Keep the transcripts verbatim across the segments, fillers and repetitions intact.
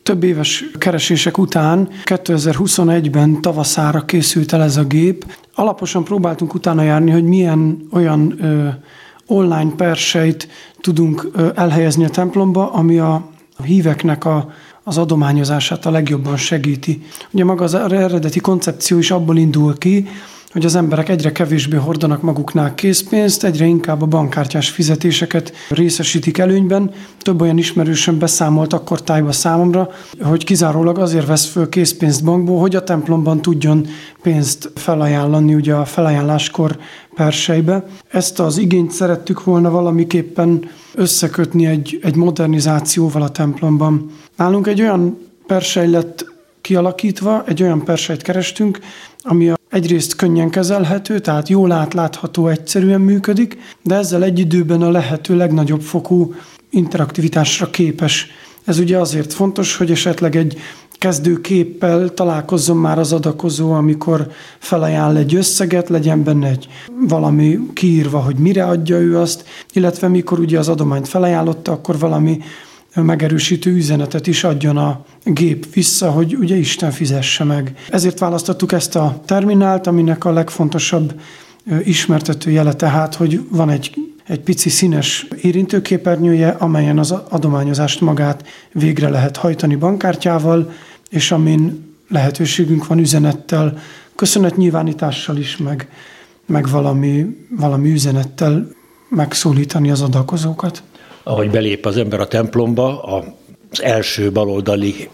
több éves keresések után kétezer-huszonegyben tavaszára készült el ez a gép. Alaposan próbáltunk utána járni, hogy milyen olyan ö, online perseit tudunk ö, elhelyezni a templomba, ami a híveknek a, az adományozását a legjobban segíti. Ugye maga az eredeti koncepció is abból indul ki, hogy az emberek egyre kevésbé hordanak maguknál készpénzt, egyre inkább a bankkártyás fizetéseket részesítik előnyben. Több olyan ismerősöm beszámolt akkor tájba számomra, hogy kizárólag azért vesz föl készpénzt bankból, hogy a templomban tudjon pénzt felajánlani ugye a felajánláskor perseibe. Ezt az igényt szerettük volna valamiképpen összekötni egy, egy modernizációval a templomban. Nálunk egy olyan persely lett kialakítva, egy olyan persejt kerestünk, ami a egyrészt könnyen kezelhető, tehát jól átlátható, egyszerűen működik, de ezzel egy időben a lehető legnagyobb fokú interaktivitásra képes. Ez ugye azért fontos, hogy esetleg egy kezdőképpel találkozzon már az adakozó, amikor felajánl egy összeget, legyen benne egy valami kiírva, hogy mire adja ő azt, illetve mikor ugye az adományt felajánlotta, akkor valami megerősítő üzenetet is adjon a gép vissza, hogy ugye Isten fizesse meg. Ezért választottuk ezt a terminált, aminek a legfontosabb ismertető jele tehát, hogy van egy, egy pici színes érintőképernyője, amelyen az adományozást magát végre lehet hajtani bankkártyával, és amin lehetőségünk van üzenettel, köszönetnyilvánítással is, meg, meg valami, valami üzenettel megszólítani az adakozókat. Ahogy belép az ember a templomba, az első baloldali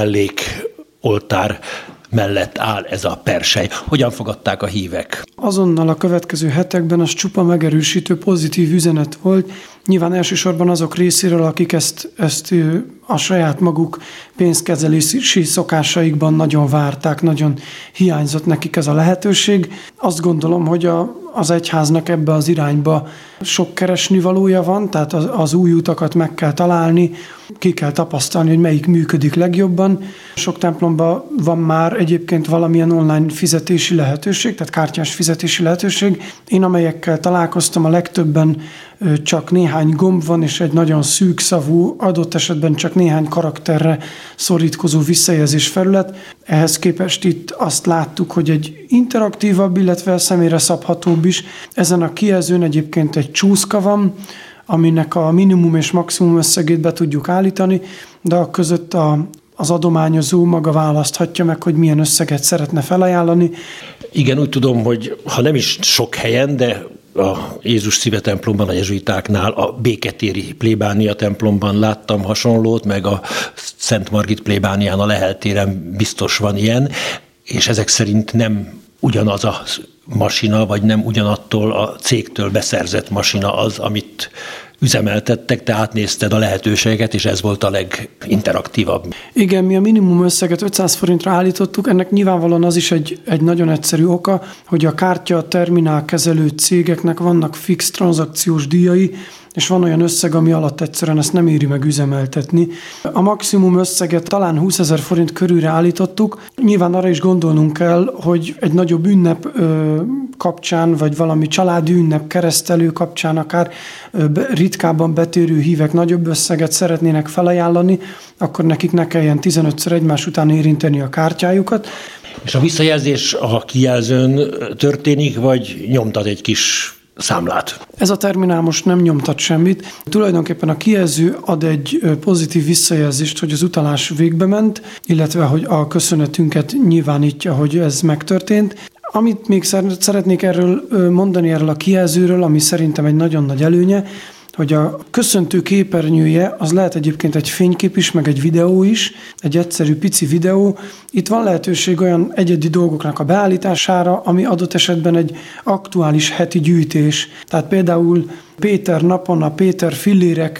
mellékoltár mellett áll ez a persely. Hogyan fogadták a hívek? Azonnal a következő hetekben az csupa megerősítő, pozitív üzenet volt. Nyilván elsősorban azok részéről, akik ezt, ezt a saját maguk pénzkezelési szokásaikban nagyon várták, nagyon hiányzott nekik ez a lehetőség. Azt gondolom, hogy a, az egyháznak ebbe az irányba sok keresnivalója van, tehát az, az új utakat meg kell találni, ki kell tapasztalni, hogy melyik működik legjobban. Sok templomban van már egyébként valamilyen online fizetési lehetőség, tehát kártyás fizetési lehetőség. Én amelyekkel találkoztam, a legtöbben csak néhány gomb van, és egy nagyon szűk szavú, adott esetben csak néhány karakterre szorítkozó visszajelzés felület. Ehhez képest itt azt láttuk, hogy egy interaktívabb, illetve személyre szabhatóbb is. Ezen a kijelzőn egyébként egy csúszka van, aminek a minimum és maximum összegét be tudjuk állítani, de a között a, az adományozó maga választhatja meg, hogy milyen összeget szeretne felajánlani. Igen, úgy tudom, hogy ha nem is sok helyen, de a Jézus Szíve templomban, a jezsuitáknál, a Béketéri plébánia templomban láttam hasonlót, meg a Szent Margit plébánián, a Lehel téren biztos van ilyen, és ezek szerint nem ugyanaz a masina, vagy nem ugyanattól a cégtől beszerzett masina az, amit üzemeltettek, te átnézted a lehetőséget, és ez volt a leginteraktívabb. Igen, mi a minimum összeget ötszáz forintra állítottuk, ennek nyilvánvalóan az is egy, egy nagyon egyszerű oka, hogy a kártya terminál kezelő cégeknek vannak fix tranzakciós díjai, és van olyan összeg, ami alatt egyszerűen ezt nem éri meg üzemeltetni. A maximum összeget talán húszezer forint körülre állítottuk. Nyilván arra is gondolnunk kell, hogy egy nagyobb ünnep ö, kapcsán, vagy valami családi ünnep, keresztelő kapcsán, akár ö, ritkábban betérő hívek nagyobb összeget szeretnének felajánlani, akkor nekik ne kelljen tizenötször egymás után érinteni a kártyájukat. És a visszajelzés a kijelzőn történik, vagy nyomtat egy kis számlát? Ez a terminál most nem nyomtat semmit. Tulajdonképpen a kijelző ad egy pozitív visszajelzést, hogy az utalás végbe ment, illetve hogy a köszönetünket nyilvánítja, hogy ez megtörtént. Amit még szeretnék erről mondani, erről a kijelzőről, ami szerintem egy nagyon nagy előnye, hogy a köszöntő képernyője az lehet egyébként egy fénykép is, meg egy videó is, egy egyszerű pici videó. Itt van lehetőség olyan egyedi dolgoknak a beállítására, ami adott esetben egy aktuális heti gyűjtés. Tehát például Péter napon, a Péter fillérek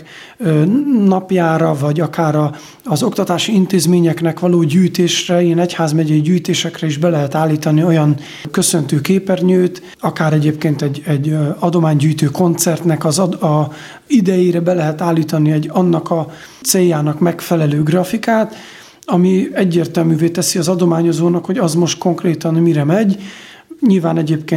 napjára, vagy akár az oktatási intézményeknek való gyűjtésre, ilyen egyházmegyei gyűjtésekre is be lehet állítani olyan köszöntő képernyőt, akár egyébként egy, egy adománygyűjtő koncertnek az ad, a idejére be lehet állítani egy annak a céljának megfelelő grafikát, ami egyértelművé teszi az adományozónak, hogy az most konkrétan mire megy. Nyilván egyébként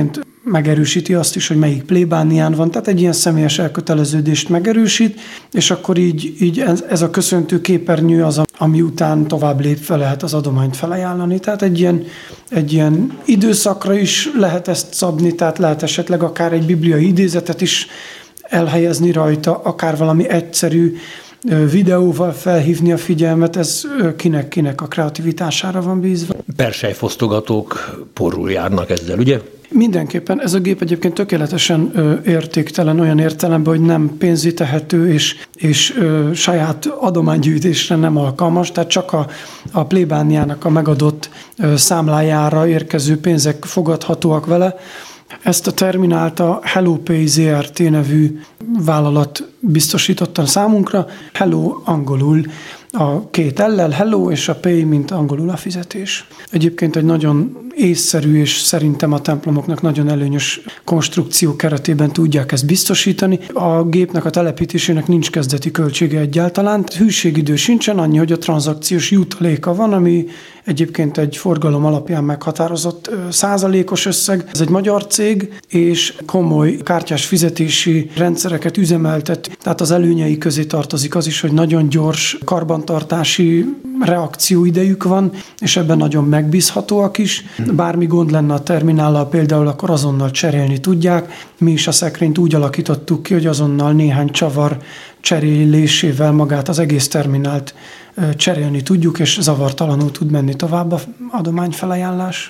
megerősíti azt is, hogy melyik plébánián van, tehát egy ilyen személyes elköteleződést megerősít, és akkor így, így ez, ez a köszöntő képernyő az, ami után tovább lépve lehet az adományt felajánlani. Tehát egy ilyen, egy ilyen időszakra is lehet ezt szabni, tehát lehet esetleg akár egy bibliai idézetet is elhelyezni rajta, akár valami egyszerű videóval felhívni a figyelmet, ez kinek-kinek a kreativitására van bízva. Perselyfosztogatók porul járnak ezzel, ugye? Mindenképpen. Ez a gép egyébként tökéletesen ö, értéktelen olyan értelemben, hogy nem pénzitehető és, és ö, saját adománygyűjtésre nem alkalmas, tehát csak a, a plébániának a megadott ö, számlájára érkező pénzek fogadhatóak vele. Ezt a terminált a HelloPay zé er té nevű vállalat biztosította számunkra. Hello angolul a két L-lel, hello, és a pay, mint angolul a fizetés. Egyébként egy nagyon észszerű, és szerintem a templomoknak nagyon előnyös konstrukció keretében tudják ezt biztosítani. A gépnek a telepítésének nincs kezdeti költsége egyáltalán. Hűségidő sincsen, annyi, hogy a tranzakciós jutaléka van, ami egyébként egy forgalom alapján meghatározott százalékos összeg. Ez egy magyar cég, és komoly kártyás fizetési rendszereket üzemeltet, tehát az előnyei közé tartozik az is, hogy nagyon gyors karbantartási reakcióidejük van, és ebben nagyon megbízhatóak is. Bármi gond lenne a terminállal például, akkor azonnal cserélni tudják. Mi is a szekrényt úgy alakítottuk ki, hogy azonnal néhány csavar cserélésével magát az egész terminált cserélni tudjuk, és zavartalanul tud menni tovább a adományfelajánlás.